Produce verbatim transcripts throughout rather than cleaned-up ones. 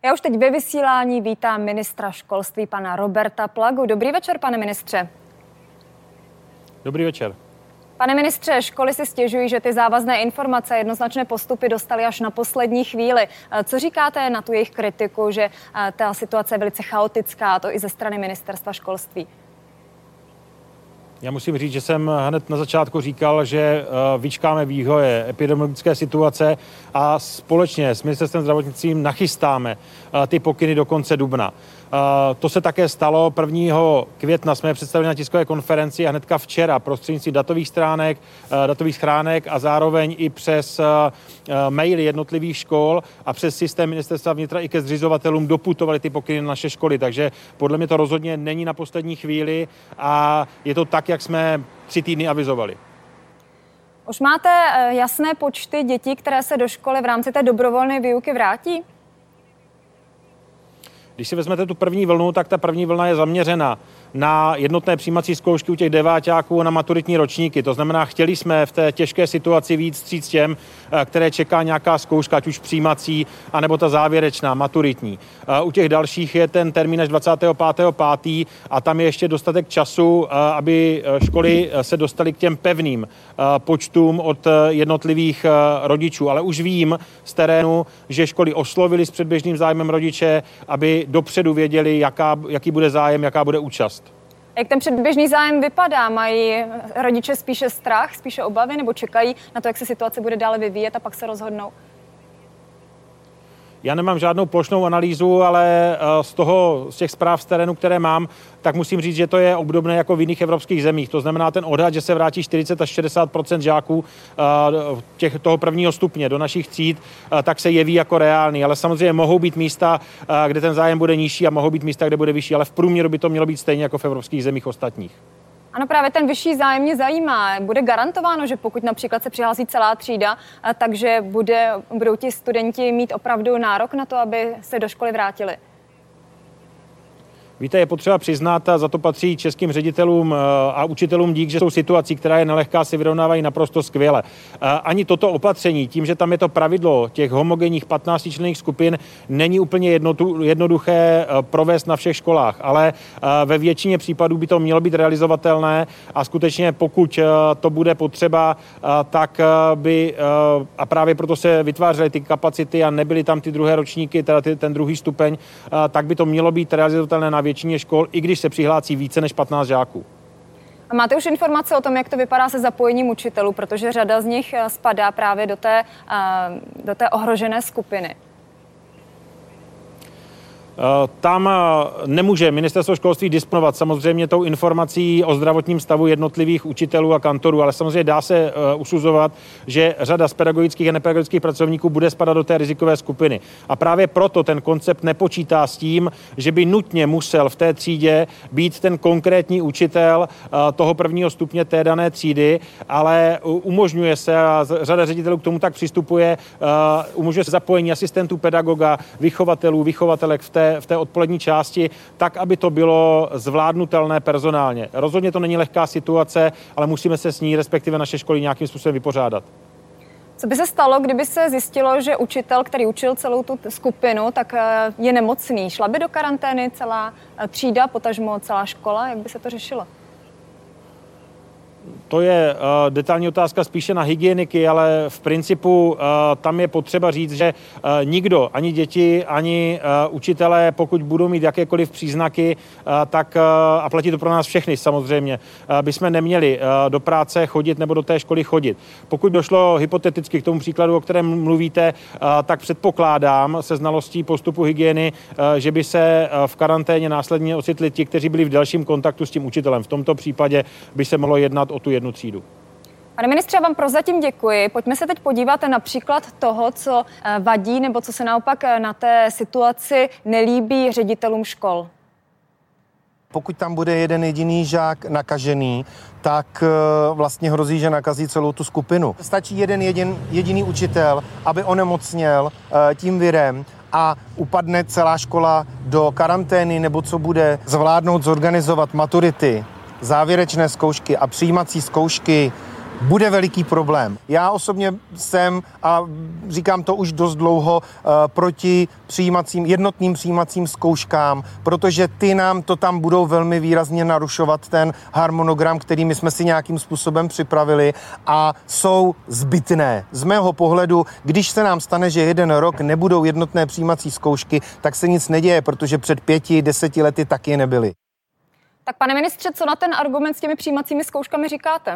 Já už teď ve vysílání vítám ministra školství pana Roberta Plagu. Dobrý večer, pane ministře. Dobrý večer. Pane ministře, školy si stěžují, že ty závazné informace a jednoznačné postupy dostaly až na poslední chvíli. Co říkáte na tu jejich kritiku, že ta situace je velice chaotická, a to i ze strany ministerstva školství? Já musím říct, že jsem hned na začátku říkal, že vyčkáme vývoje epidemiologické situace a společně s ministerstvem zdravotnictví nachystáme ty pokyny do konce dubna. To se také stalo. prvního května jsme představili na tiskové konferenci a hnedka včera prostřednictvím datových stránek, datových schránek a zároveň i přes maily jednotlivých škol a přes systém ministerstva vnitra i ke zřizovatelům doputovaly ty pokyny na naše školy. Takže podle mě to rozhodně není na poslední chvíli a je to tak, jak jsme tři týdny avizovali. Už máte jasné počty dětí, které se do školy v rámci té dobrovolné výuky vrátí? Když si vezmete tu první vlnu, tak ta první vlna je zaměřena na jednotné přijímací zkoušky u těch deváťáků a na maturitní ročníky. To znamená, chtěli jsme v té těžké situaci víc vstříc těm, které čeká nějaká zkouška, ať už přijímací, anebo ta závěrečná, maturitní. U těch dalších je ten termín až dvacátého pátého pátého a tam je ještě dostatek času, aby školy se dostaly k těm pevným počtům od jednotlivých rodičů. Ale už vím z terénu, že školy oslovily s předběžným zájmem rodiče, aby dopředu věděli, jaká, jaký bude zájem, jaká bude účast. Jak ten předběžný zájem vypadá? Mají rodiče spíše strach, spíše obavy, nebo čekají na to, jak se situace bude dále vyvíjet a pak se rozhodnou? Já nemám žádnou plošnou analýzu, ale z toho, z těch zpráv z terénu, které mám, tak musím říct, že to je obdobné jako v jiných evropských zemích. To znamená ten odhad, že se vrátí čtyřicet až šedesát procent žáků těch, toho prvního stupně do našich tříd, tak se jeví jako reálný. Ale samozřejmě mohou být místa, kde ten zájem bude nižší a mohou být místa, kde bude vyšší, ale v průměru by to mělo být stejně jako v evropských zemích ostatních. Ano, právě ten vyšší zájem mě zajímá. Bude garantováno, že pokud například se přihlásí celá třída, takže bude, budou ti studenti mít opravdu nárok na to, aby se do školy vrátili? Víte, je potřeba přiznat, a za to patří českým ředitelům a učitelům dík, že jsou situací, která je nelehká, si vyrovnávají naprosto skvěle. Ani toto opatření, tím, že tam je to pravidlo těch homogenních patnáctičlenných skupin, není úplně jednoduché provést na všech školách, ale ve většině případů by to mělo být realizovatelné a skutečně pokud to bude potřeba, tak by, a právě proto se vytvářely ty kapacity a nebyly tam ty druhé ročníky, teda ten druhý stupeň, tak by to mělo být realizovatelné na většině škol, i když se přihlásí více než patnáct žáků. A máte už informace o tom, jak to vypadá se zapojením učitelů, protože řada z nich spadá právě do té, do té ohrožené skupiny? Tam nemůže ministerstvo školství disponovat samozřejmě tou informací o zdravotním stavu jednotlivých učitelů a kantorů, ale samozřejmě dá se usuzovat, že řada z pedagogických a nepedagogických pracovníků bude spadat do té rizikové skupiny. A právě proto ten koncept nepočítá s tím, že by nutně musel v té třídě být ten konkrétní učitel toho prvního stupně té dané třídy, ale umožňuje se, a řada ředitelů k tomu tak přistupuje, umožňuje se zapojení asistentů pedagoga, vychovatelů, vychovatelek v té v té odpolední části, tak, aby to bylo zvládnutelné personálně. Rozhodně to není lehká situace, ale musíme se s ní, respektive naše školy, nějakým způsobem vypořádat. Co by se stalo, kdyby se zjistilo, že učitel, který učil celou tu skupinu, tak je nemocný? Šla by do karantény celá třída, potažmo celá škola? Jak by se to řešilo? To je uh, detailní otázka spíše na hygieniky, ale v principu uh, tam je potřeba říct, že uh, nikdo, ani děti, ani uh, učitelé, pokud budou mít jakékoliv příznaky, uh, tak, uh, a platí to pro nás všechny samozřejmě, uh, bychom neměli uh, do práce chodit nebo do té školy chodit. Pokud došlo hypoteticky k tomu příkladu, o kterém mluvíte, uh, tak předpokládám se znalostí postupu hygieny, uh, že by se uh, v karanténě následně ocitli ti, kteří byli v dalším kontaktu s tím učitelem. V tomto případě by se mohlo jednat o tu jednu třídu. Pane ministře, já vám prozatím děkuji. Pojďme se teď podívat na příklad toho, co vadí nebo co se naopak na té situaci nelíbí ředitelům škol. Pokud tam bude jeden jediný žák nakažený, tak vlastně hrozí, že nakazí celou tu skupinu. Stačí jeden jedin, jediný učitel, aby onemocněl tím virem a upadne celá škola do karantény, nebo co bude zvládnout zorganizovat maturity, závěrečné zkoušky a přijímací zkoušky bude veliký problém. Já osobně jsem, a říkám to už dost dlouho, proti přijímacím, jednotným přijímacím zkouškám, protože ty nám to tam budou velmi výrazně narušovat ten harmonogram, který my jsme si nějakým způsobem připravili a jsou zbytné. Z mého pohledu, když se nám stane, že jeden rok nebudou jednotné přijímací zkoušky, tak se nic neděje, protože před pěti, deseti lety taky nebyly. Tak pane ministře, co na ten argument s těmi přijímacími zkouškami říkáte?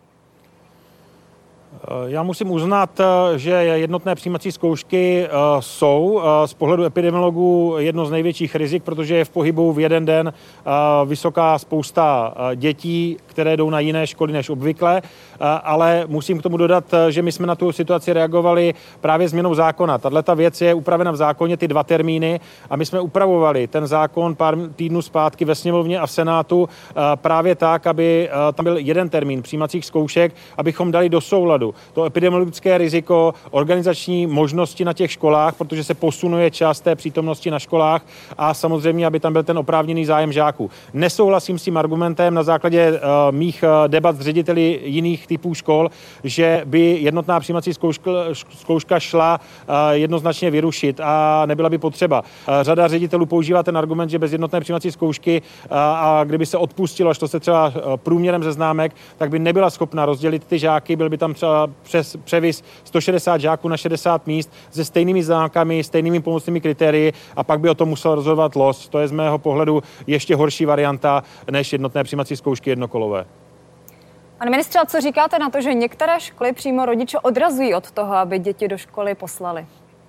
Já musím uznat, že jednotné přijímací zkoušky jsou z pohledu epidemiologů jedno z největších rizik, protože je v pohybu v jeden den vysoká spousta dětí, které jdou na jiné školy než obvykle, ale musím k tomu dodat, že my jsme na tu situaci reagovali právě změnou zákona. Tato věc je upravena v zákoně, ty dva termíny, a my jsme upravovali ten zákon pár týdnů zpátky ve sněmovně a v Senátu právě tak, aby tam byl jeden termín přijímacích zkoušek, abychom dali do souladu to epidemiologické riziko, organizační možnosti na těch školách, protože se posunuje čas té přítomnosti na školách, a samozřejmě, aby tam byl ten oprávněný zájem žáků. Nesouhlasím s tím argumentem na základě uh, mých uh, debat s řediteli jiných typů škol, že by jednotná přijímací zkouška, zkouška šla uh, jednoznačně vyrušit a nebyla by potřeba. Uh, řada ředitelů používá ten argument, že bez jednotné přijímací zkoušky uh, a kdyby se odpustilo, až to se třeba uh, průměrem ze známek, tak by nebyla schopna rozdělit ty žáky, byl by tam třeba přes převis sto šedesát žáků na šedesát míst se stejnými známkami, stejnými pomocnými kritérii, a pak by o tom musel rozhodovat los. To je z mého pohledu ještě horší varianta než jednotné přijímací zkoušky jednokolové. Pane ministře, a co říkáte na to, že některé školy přímo rodiče odrazují od toho, aby děti do školy poslali?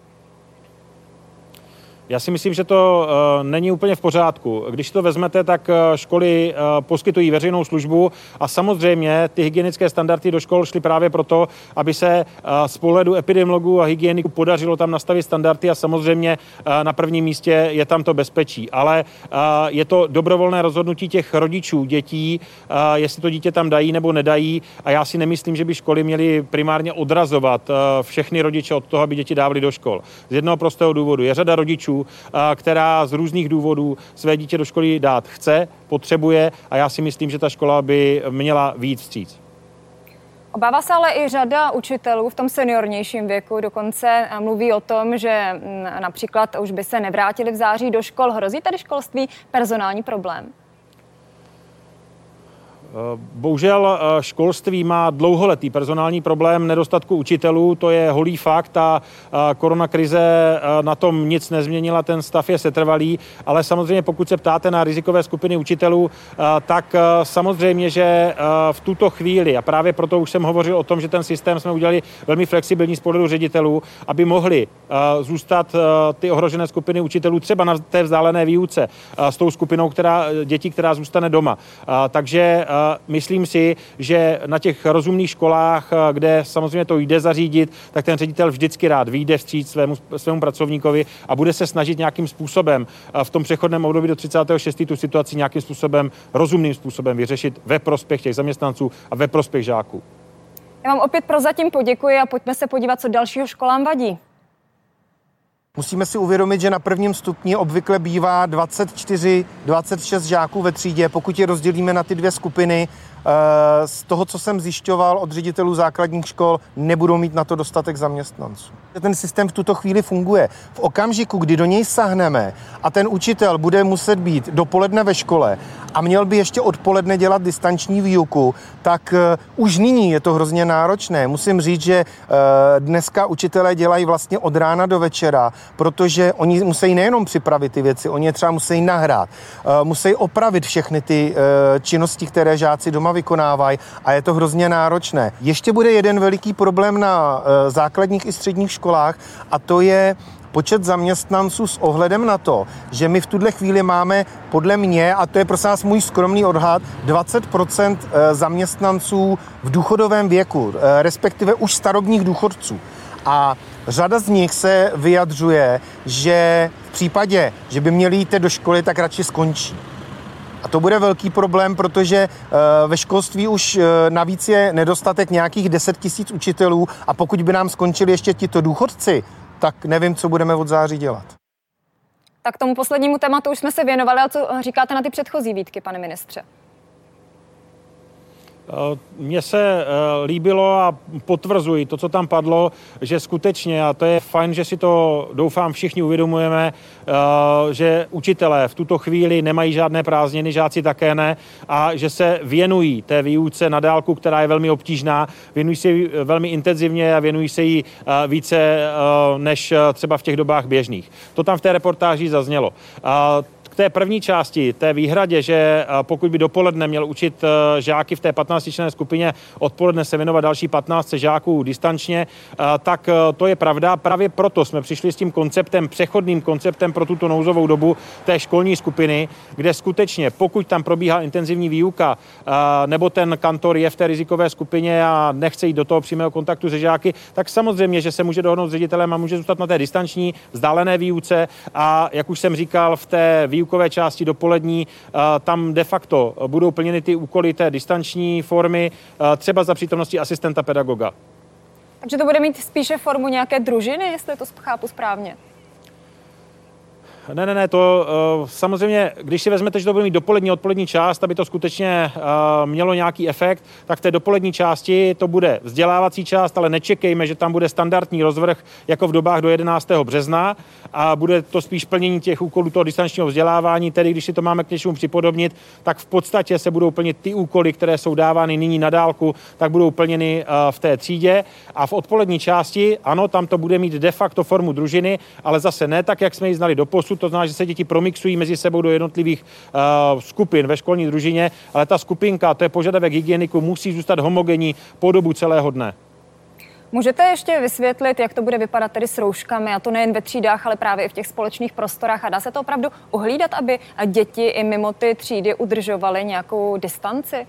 Já si myslím, že to uh, není úplně v pořádku. Když to vezmete, tak uh, školy uh, poskytují veřejnou službu a samozřejmě ty hygienické standardy do škol šly právě proto, aby se uh, z pohledu epidemiologů a hygieniků podařilo tam nastavit standardy, a samozřejmě uh, na prvním místě je tam to bezpečí. Ale uh, je to dobrovolné rozhodnutí těch rodičů dětí, uh, jestli to dítě tam dají nebo nedají, a já si nemyslím, že by školy měly primárně odrazovat uh, všechny rodiče od toho, aby děti dávali do škol. Z jednoho prostého důvodu. Je řada rodičů, která z různých důvodů své dítě do školy dát chce, potřebuje, a já si myslím, že ta škola by měla vyjít vstříc. Obává se ale i řada učitelů v tom seniornějším věku, dokonce mluví o tom, že například už by se nevrátili v září do škol. Hrozí tady školství personální problém? Bohužel školství má dlouholetý personální problém nedostatku učitelů, to je holý fakt, a koronakrize na tom nic nezměnila, ten stav je setrvalý, ale samozřejmě pokud se ptáte na rizikové skupiny učitelů, tak samozřejmě, že v tuto chvíli, a právě proto už jsem hovořil o tom, že ten systém jsme udělali velmi flexibilní z pohledu ředitelů, aby mohli zůstat ty ohrožené skupiny učitelů třeba na té vzdálené výuce s tou skupinou která, dětí, která zůstane doma. Takže myslím si, že na těch rozumných školách, kde samozřejmě to jde zařídit, tak ten ředitel vždycky rád vyjde vstříc svému, svému pracovníkovi a bude se snažit nějakým způsobem v tom přechodném období do třicátého šestého tu situaci nějakým způsobem, rozumným způsobem vyřešit ve prospěch těch zaměstnanců a ve prospěch žáků. Já vám opět prozatím poděkuji a pojďme se podívat, co dalšího školám vadí. Musíme si uvědomit, že na prvním stupni obvykle bývá dvacet čtyři dvacet šest žáků ve třídě. Pokud je rozdělíme na ty dvě skupiny, z toho, co jsem zjišťoval od ředitelů základních škol, nebudou mít na to dostatek zaměstnanců. Ten systém v tuto chvíli funguje. V okamžiku, kdy do něj sáhneme a ten učitel bude muset být dopoledne ve škole a měl by ještě odpoledne dělat distanční výuku, tak uh, už nyní je to hrozně náročné. Musím říct, že uh, dneska učitelé dělají vlastně od rána do večera, protože oni musí nejenom připravit ty věci, oni je třeba musí nahrát, uh, musí opravit všechny ty uh, činnosti, které žáci doma vykonávají, a je to hrozně náročné. Ještě bude jeden veliký problém na uh, základních i středních školách, a to je počet zaměstnanců s ohledem na to, že my v tuhle chvíli máme podle mě, a to je prosím vás můj skromný odhad, dvacet procent zaměstnanců v důchodovém věku, respektive už starobních důchodců. A řada z nich se vyjadřuje, že v případě, že by měli jít do školy, tak radši skončí. A to bude velký problém, protože ve školství už navíc je nedostatek nějakých deset tisíc učitelů, a pokud by nám skončili ještě tito důchodci, tak nevím, co budeme od září dělat. Tak tomu poslednímu tématu už jsme se věnovali, ale co říkáte na ty předchozí výtky, pane ministře? Mně se líbilo a potvrzuji to, co tam padlo, že skutečně, a to je fajn, že si to doufám všichni uvědomujeme, že učitelé v tuto chvíli nemají žádné prázdniny, žáci také ne, a že se věnují té výuce na dálku, která je velmi obtížná, věnují se jí velmi intenzivně a věnují se jí více než třeba v těch dobách běžných. To tam v té reportáži zaznělo. K té první části, té výhradě, že pokud by dopoledne měl učit žáky v té patnáctičlenné skupině, odpoledne se věnovat další patnáct žáků distančně, tak to je pravda. Právě proto jsme přišli s tím konceptem, přechodným konceptem pro tuto nouzovou dobu té školní skupiny, kde skutečně, pokud tam probíhá intenzivní výuka, nebo ten kantor je v té rizikové skupině a nechce jít do toho přímého kontaktu se žáky, tak samozřejmě, že se může dohodnout s ředitelem a může zůstat na té distanční, vzdálené výuce a, jak už jsem říkal, v té výukové části dopolední, tam de facto budou plněny ty úkoly té distanční formy, třeba za přítomnosti asistenta pedagoga. Takže to bude mít spíše formu nějaké družiny, jestli to chápu správně? Ne, ne, ne, to uh, samozřejmě, když si vezmete, že to bude mít dopolední, odpolední část, aby to skutečně uh, mělo nějaký efekt, tak v té dopolední části to bude vzdělávací část, ale nečekejme, že tam bude standardní rozvrh jako v dobách do jedenáctého března a bude to spíš plnění těch úkolů toho distančního vzdělávání, tedy když si to máme k něčemu připodobnit, tak v podstatě se budou plnit ty úkoly, které jsou dávány nyní na dálku, tak budou plněny uh, v té třídě a v odpolední části, ano, tam to bude mít de facto formu družiny, ale zase ne tak, jak jsme ji znali doposud. To znamená, že se děti promixují mezi sebou do jednotlivých uh, skupin ve školní družině, ale ta skupinka, to je požadavek hygieniků, musí zůstat homogenní po dobu celého dne. Můžete ještě vysvětlit, jak to bude vypadat tedy s rouškami, a to nejen ve třídách, ale právě i v těch společných prostorách, a dá se to opravdu uhlídat, aby děti i mimo ty třídy udržovaly nějakou distanci?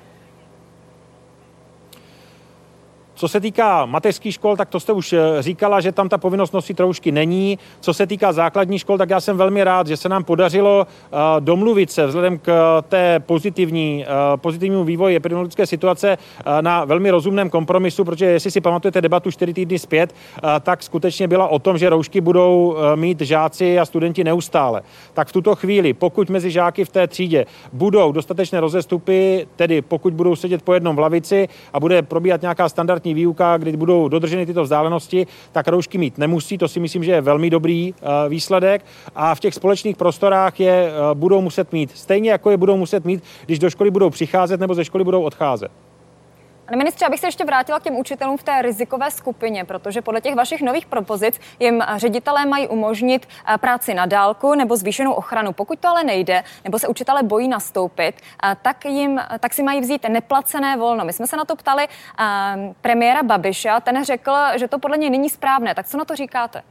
Co se týká mateřských škol, tak to jste už říkala, že tam ta povinnost nosit roušky není. Co se týká základních škol, tak já jsem velmi rád, že se nám podařilo domluvit se vzhledem k té pozitivní, pozitivnímu vývoji epidemiologické situace na velmi rozumném kompromisu, protože jestli si pamatujete debatu čtyři týdny zpět, tak skutečně byla o tom, že roušky budou mít žáci a studenti neustále. Tak v tuto chvíli, pokud mezi žáky v té třídě budou dostatečné rozestupy, tedy pokud budou sedět po jednom v lavici a bude probíhat nějaká standardní výuka, kdy budou dodrženy tyto vzdálenosti, tak roušky mít nemusí. To si myslím, že je velmi dobrý výsledek. A v těch společných prostorách je budou muset mít. Stejně jako je budou muset mít, když do školy budou přicházet nebo ze školy budou odcházet. Pane ministře, abych se ještě vrátila k těm učitelům v té rizikové skupině, protože podle těch vašich nových propozic jim ředitelé mají umožnit práci na dálku nebo zvýšenou ochranu. Pokud to ale nejde, nebo se učitelé bojí nastoupit, tak, jim, tak si mají vzít neplacené volno. My jsme se na to ptali premiéra Babiše a ten řekl, že to podle něj není správné. Tak co na to říkáte?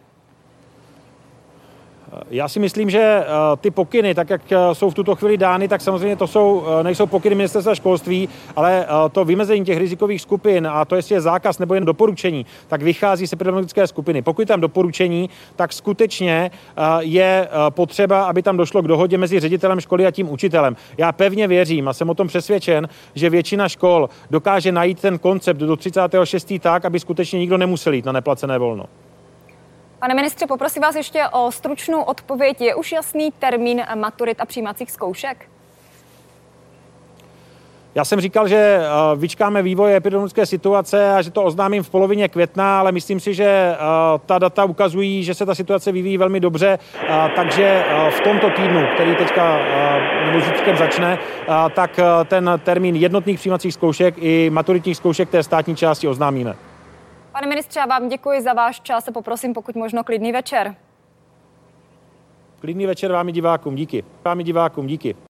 Já si myslím, že ty pokyny, tak jak jsou v tuto chvíli dány, tak samozřejmě to jsou, nejsou pokyny ministerstva školství, ale to vymezení těch rizikových skupin a to, jestli je zákaz nebo jen doporučení, tak vychází z epidemiologické skupiny. Pokud je tam doporučení, tak skutečně je potřeba, aby tam došlo k dohodě mezi ředitelem školy a tím učitelem. Já pevně věřím a jsem o tom přesvědčen, že většina škol dokáže najít ten koncept do třicátého šestého tak, aby skutečně nikdo nemusel jít na neplacené volno. Pane ministře, poprosím vás ještě o stručnou odpověď. Je už jasný termín maturit a přijímacích zkoušek? Já jsem říkal, že vyčkáme vývoje epidemiologické situace a že to oznámím v polovině května, ale myslím si, že ta data ukazují, že se ta situace vyvíjí velmi dobře, takže v tomto týdnu, který teďka nebo zítřkem začne, tak ten termín jednotných přijímacích zkoušek i maturitních zkoušek té státní části oznámíme. Pane ministře, já vám děkuji za váš čas a poprosím pokud možno klidný večer. Klidný večer vám i divákům, díky. Vám i divákům, díky.